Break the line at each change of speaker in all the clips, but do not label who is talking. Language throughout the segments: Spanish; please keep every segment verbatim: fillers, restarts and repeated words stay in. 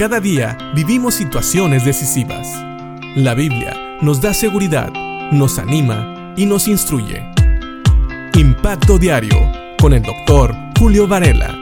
Cada día vivimos situaciones decisivas. La Biblia nos da seguridad, nos anima y nos instruye. Impacto Diario con el doctor Julio Varela.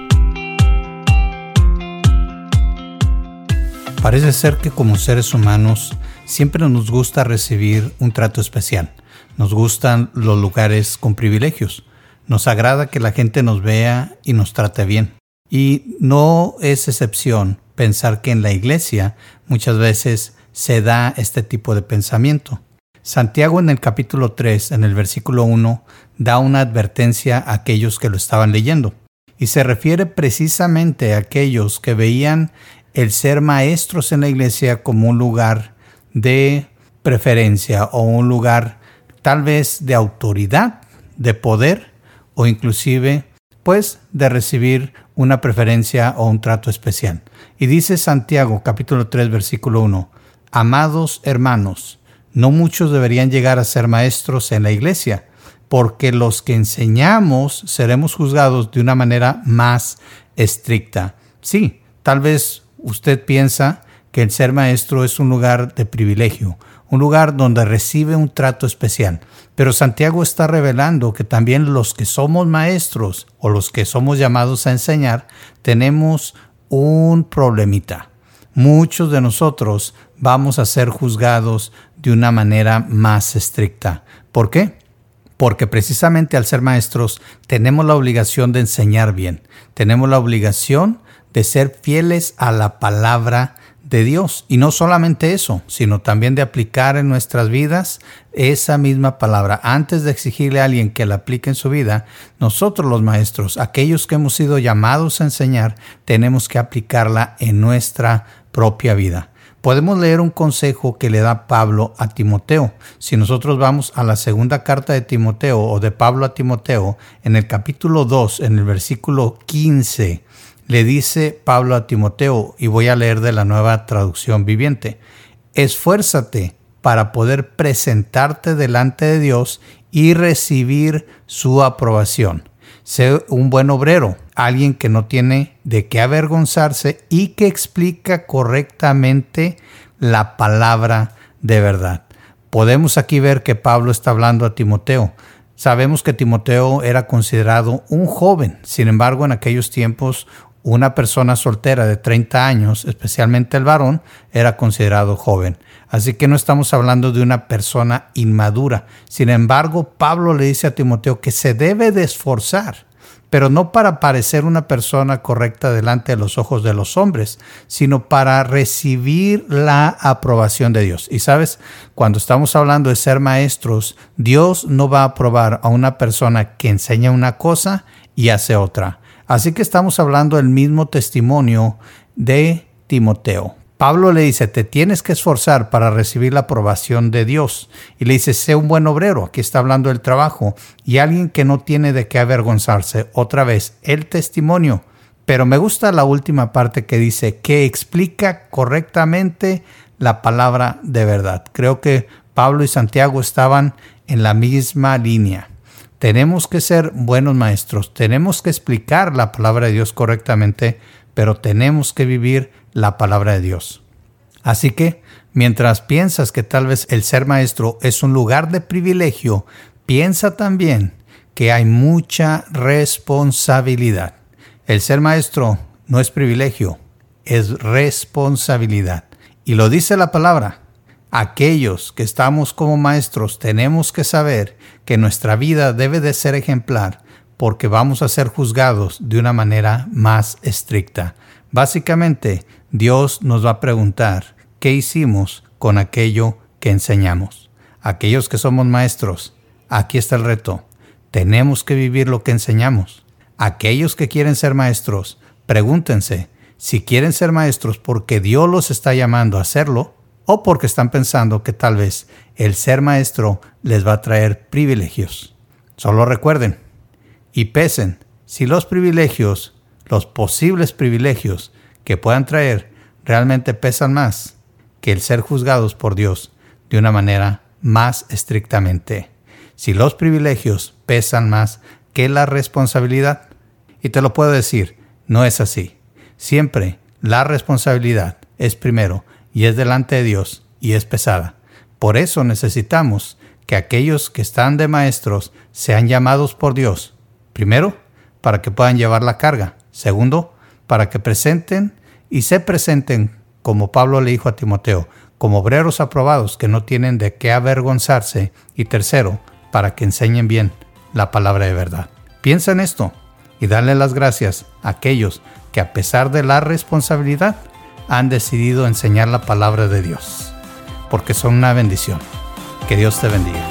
Parece ser que como seres humanos siempre nos gusta recibir un trato especial. Nos gustan los lugares con privilegios. Nos agrada que la gente nos vea y nos trate bien. Y no es excepción pensar que en la iglesia muchas veces se da este tipo de pensamiento. Santiago en el capítulo tres, en el versículo uno, da una advertencia a aquellos que lo estaban leyendo. Y se refiere precisamente a aquellos que veían el ser maestros en la iglesia como un lugar de preferencia o un lugar tal vez de autoridad, de poder o inclusive pues de recibir una preferencia o un trato especial. Y dice Santiago capítulo tres versículo uno, amados hermanos, no muchos deberían llegar a ser maestros en la iglesia, porque los que enseñamos seremos juzgados de una manera más estricta. Sí, tal vez usted piensa que el ser maestro es un lugar de privilegio, un lugar donde recibe un trato especial. Pero Santiago está revelando que también los que somos maestros o los que somos llamados a enseñar, tenemos un problemita. Muchos de nosotros vamos a ser juzgados de una manera más estricta. ¿Por qué? Porque precisamente al ser maestros tenemos la obligación de enseñar bien. Tenemos la obligación de ser fieles a la palabra de Dios. Y no solamente eso, sino también de aplicar en nuestras vidas esa misma palabra. Antes de exigirle a alguien que la aplique en su vida, nosotros los maestros, aquellos que hemos sido llamados a enseñar, tenemos que aplicarla en nuestra propia vida. Podemos leer un consejo que le da Pablo a Timoteo. Si nosotros vamos a la segunda carta de Timoteo o de Pablo a Timoteo, en el capítulo dos, en el versículo quince, le dice Pablo a Timoteo, y voy a leer de la Nueva Traducción Viviente: esfuérzate para poder presentarte delante de Dios y recibir su aprobación. Sé un buen obrero, alguien que no tiene de qué avergonzarse y que explica correctamente la palabra de verdad. Podemos aquí ver que Pablo está hablando a Timoteo. Sabemos que Timoteo era considerado un joven, sin embargo, en aquellos tiempos, una persona soltera de treinta años, especialmente el varón, era considerado joven. Así que no estamos hablando de una persona inmadura. Sin embargo, Pablo le dice a Timoteo que se debe de esforzar, pero no para parecer una persona correcta delante de los ojos de los hombres, sino para recibir la aprobación de Dios. Y sabes, cuando estamos hablando de ser maestros, Dios no va a aprobar a una persona que enseña una cosa y hace otra. Así que estamos hablando del mismo testimonio de Timoteo. Pablo le dice, te tienes que esforzar para recibir la aprobación de Dios. Y le dice, sé un buen obrero. Aquí está hablando del trabajo. Y alguien que no tiene de qué avergonzarse. Otra vez, el testimonio. Pero me gusta la última parte que dice, que explica correctamente la palabra de verdad. Creo que Pablo y Santiago estaban en la misma línea. Tenemos que ser buenos maestros, tenemos que explicar la palabra de Dios correctamente, pero tenemos que vivir la palabra de Dios. Así que, mientras piensas que tal vez el ser maestro es un lugar de privilegio, piensa también que hay mucha responsabilidad. El ser maestro no es privilegio, es responsabilidad. Y lo dice la palabra. Aquellos que estamos como maestros tenemos que saber que nuestra vida debe de ser ejemplar porque vamos a ser juzgados de una manera más estricta. Básicamente, Dios nos va a preguntar qué hicimos con aquello que enseñamos. Aquellos que somos maestros, aquí está el reto. Tenemos que vivir lo que enseñamos. Aquellos que quieren ser maestros, pregúntense si quieren ser maestros porque Dios los está llamando a hacerlo, o porque están pensando que tal vez el ser maestro les va a traer privilegios. Solo recuerden y pesen si los privilegios, los posibles privilegios que puedan traer, realmente pesan más que el ser juzgados por Dios de una manera más estrictamente. Si los privilegios pesan más que la responsabilidad, y te lo puedo decir, no es así. Siempre la responsabilidad es primero y es delante de Dios y es pesada. Por eso necesitamos que aquellos que están de maestros sean llamados por Dios. Primero, para que puedan llevar la carga. Segundo, para que presenten y se presenten, como Pablo le dijo a Timoteo, como obreros aprobados que no tienen de qué avergonzarse. Y tercero, para que enseñen bien la palabra de verdad. Piensa en esto y dale las gracias a aquellos que a pesar de la responsabilidad han decidido enseñar la palabra de Dios, porque son una bendición. Que Dios te bendiga.